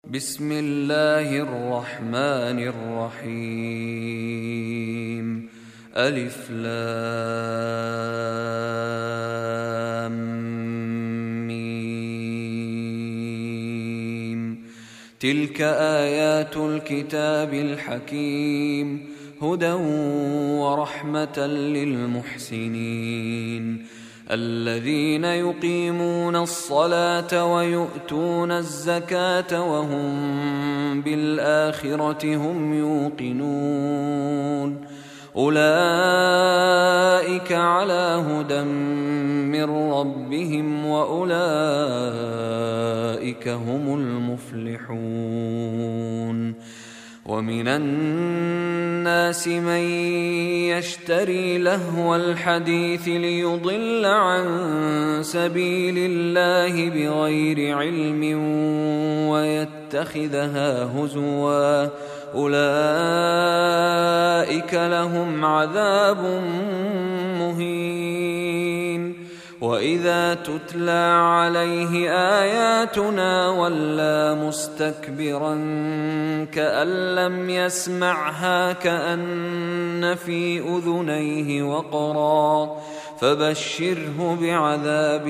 بسم الله الرحمن الرحيم. ألف لام ميم. تلك آيات الكتاب الحكيم، هدى ورحمة للمحسنين الذين يقيمون الصلاة ويؤتون الزكاة وهم بالآخرة هم يوقنون. أولئك على هدى من ربهم وأولئك هم المفلحون. ومن الناس من يشتري لهو الحديث ليضل عن سبيل الله بغير علم ويتخذها هزوا، أولئك لهم عذاب مهين. وإذا تتلى عليه آياتنا ولى مستكبرا كأن لم يسمعها كأن في أذنيه وقرا، فبشره بعذاب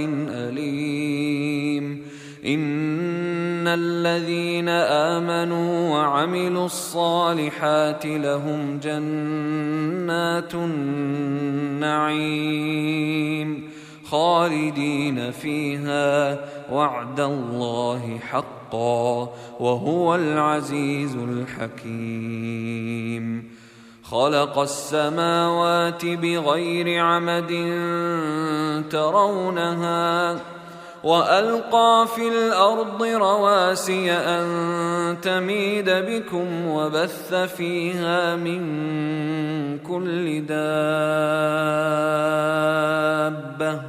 أليم. إن الذين آمنوا وعملوا الصالحات لهم جنات النعيم خالدين فيها، وعد الله حقا، وهو العزيز الحكيم. خلق السماوات بغير عمد ترونها، وألقى في الأرض رواسي أن تميد بكم، وبث فيها من كل دابة،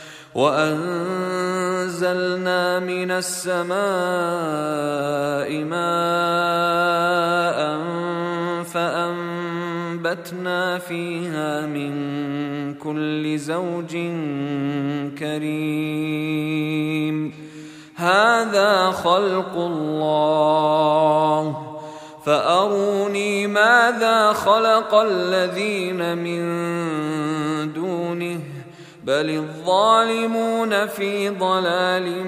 وأنزلنا من السماء ماء فأنبتنا فيها من كل زوج كريم. هذا خلق الله، فأروني ماذا خلق الذين من دونه، بل الظالمون في ضلال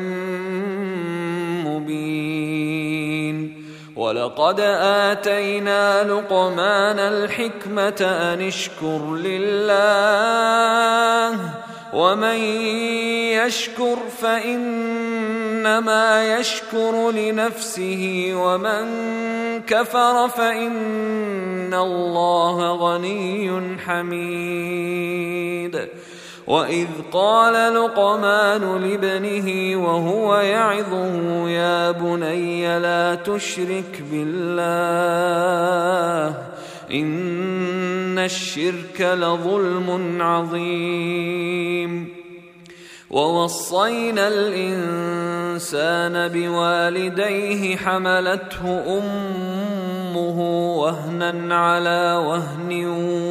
مبين. ولقد آتينا لقمان الحكمة أن اشكر لله، ومن يشكر فإنما يشكر لنفسه، ومن كفر فإن الله غني حميد. وإذ قال لقمان لابنه وهو يعظه يا بني لا تشرك بالله إن الشرك لظلم عظيم. ووصينا الإنسان بوالديه حملته أمه وهنا على وهن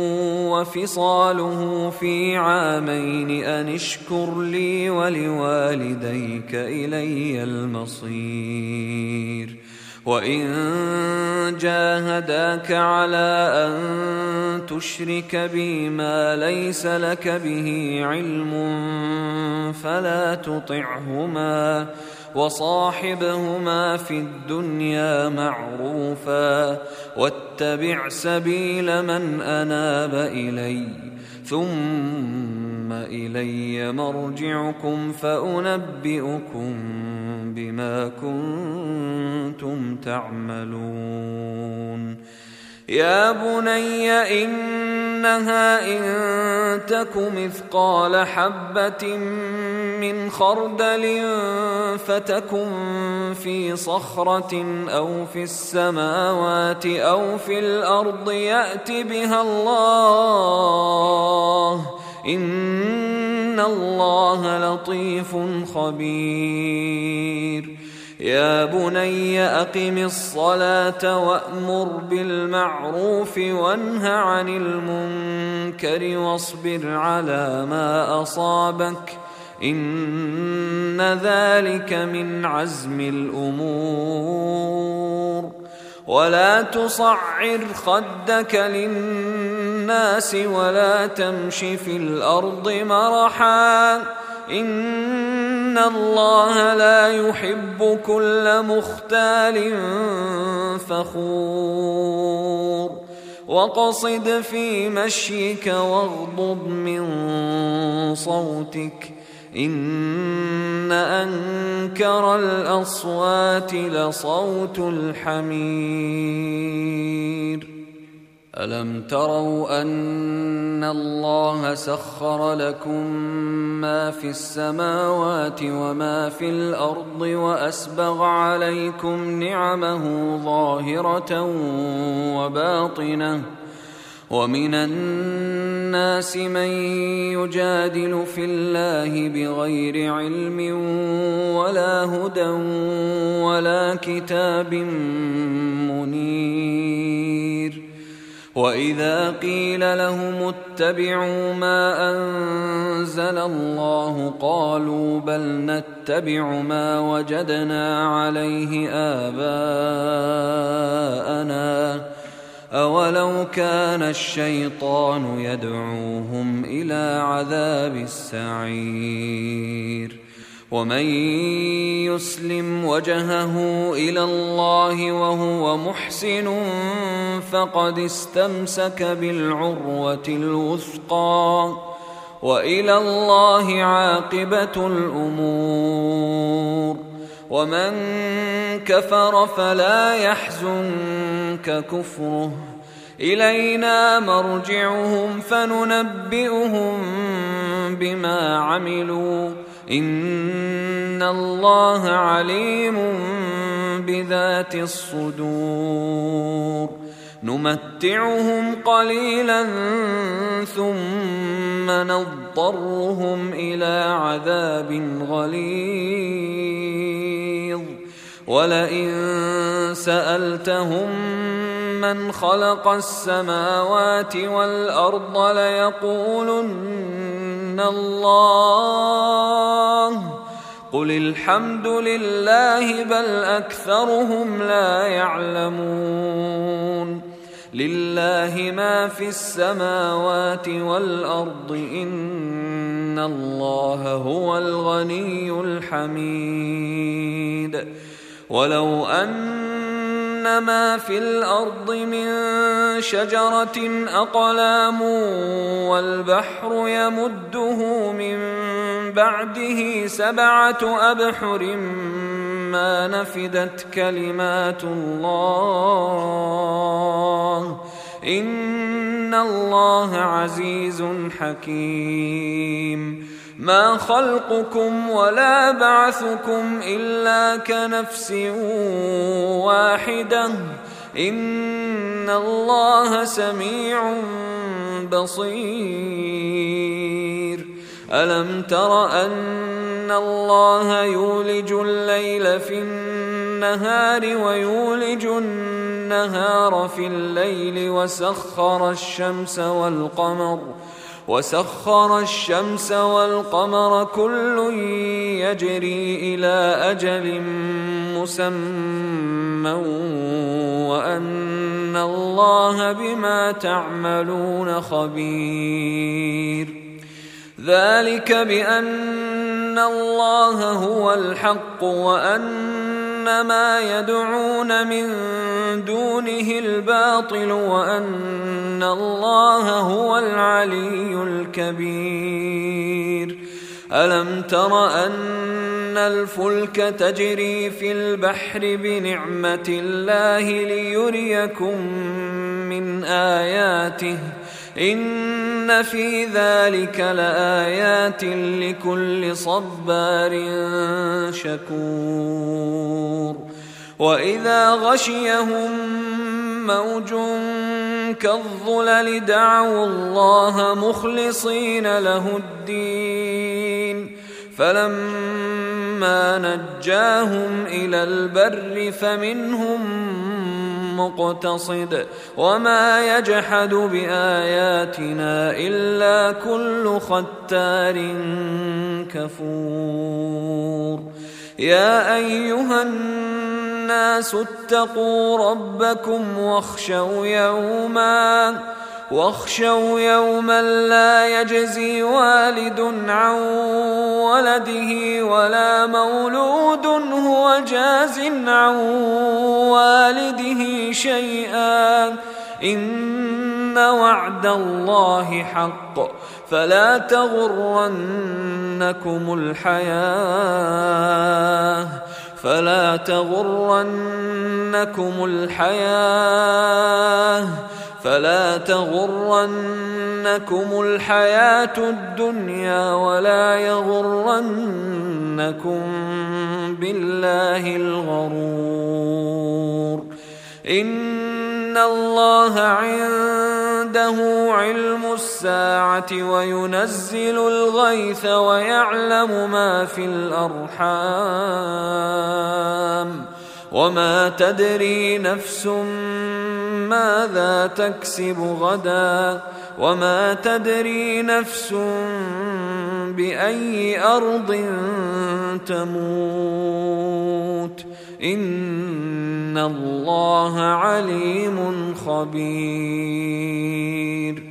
وفصاله في عامين أن اشكر لي ولوالديك إلي المصير. وإن جاهداك على أن تشرك بي ما ليس لك به علم فلا تطعهما، وصاحبهما في الدنيا معروفا، واتبع سبيل من أناب إلي، ثم إلي مرجعكم فأنبئكم بما كنتم تعملون. يا بني إنها إن تك مثقال حبة من خردل فتكن في صخرة أو في السماوات أو في الأرض يأت بها الله، إن الله لطيف خبير. يا بني أقم الصلاة وأمر بالمعروف وانه عن المنكر واصبر على ما أصابك إن ذلك من عزم الأمور. ولا تصعر خدك للناس ولا تمش في الأرض مرحا إن الله لا يحب كل مختال فخور واقصد في مشيك واغضض من صوتك إن أنكر الأصوات لصوت الحمير ألم تروا أن الله سخر لكم ما في السماوات وما في الأرض وأسبغ عليكم نعمه ظاهرة وباطنة ومن الناس من يجادل في الله بغير علم ولا هدى ولا كتاب منير وإذا قيل لهم اتبعوا ما أنزل الله قالوا بل نتبع ما وجدنا عليه آباءنا أولو كان الشيطان يدعوهم إلى عذاب السعير ومن يسلم وجهه إلى الله وهو محسن فقد استمسك بالعروة الوثقى وإلى الله عاقبة الأمور ومن كفر فلا يحزنك كفره إلينا مرجعهم فننبئهم بما عملوا إن الله عليم بذات الصدور نمتعهم قليلا ثم نضطرهم إلى عذاب غليظ ولئن سألتهم من خلق السماوات والأرض ليقولن الله قل الحمد لله بل أكثرهم لا يعلمون لله ما في السماوات والأرض إن الله هو الغني الحميد ولو أن ما في الأرض من شجرة أقلام والبحر يمده من بعده 7 أبحر ما نفدت كلمات الله إن الله عزيز حكيم ما خلقكم ولا بعثكم إلا كنفس واحدة إن الله سميع بصير ألم تر أن الله يولج الليل في النهار ويولج النهار في الليل وسخر الشمس والقمر كل يجري إلى أجل مسمى وأن الله بما تعملون خبير ذلك بأن الله هو الحق وأن ما يدعون من دونه الباطل وأن الله هو العلي الكبير ألم تر أن الفلك تجري في البحر بنعمة الله ليريكم من آياته إن في ذلك لآيات لكل صبار شكور وإذا غشيهم موج كالظلل دعوا الله مخلصين له الدين فلما نجاهم إلى البر فمنهم مقتصد وما يجحد بآياتنا إلا كل ختار كفور يا أيها الناس الناس اتقوا ربكم واخشوا يوما لا يجزي والد عن ولده ولا مولود هو جاز عن والده شيئا إن وعد الله حق فلا تغرنكم الحياة الدنيا ولا يغرنكم بالله الغرور إن الله عنده علم الساعة وينزل الغيث ويعلم ما في الأرحام وما تدري نفس ماذا تكسب غدا وما تدري نفس بأي أرض تموت إن الله عليم خبير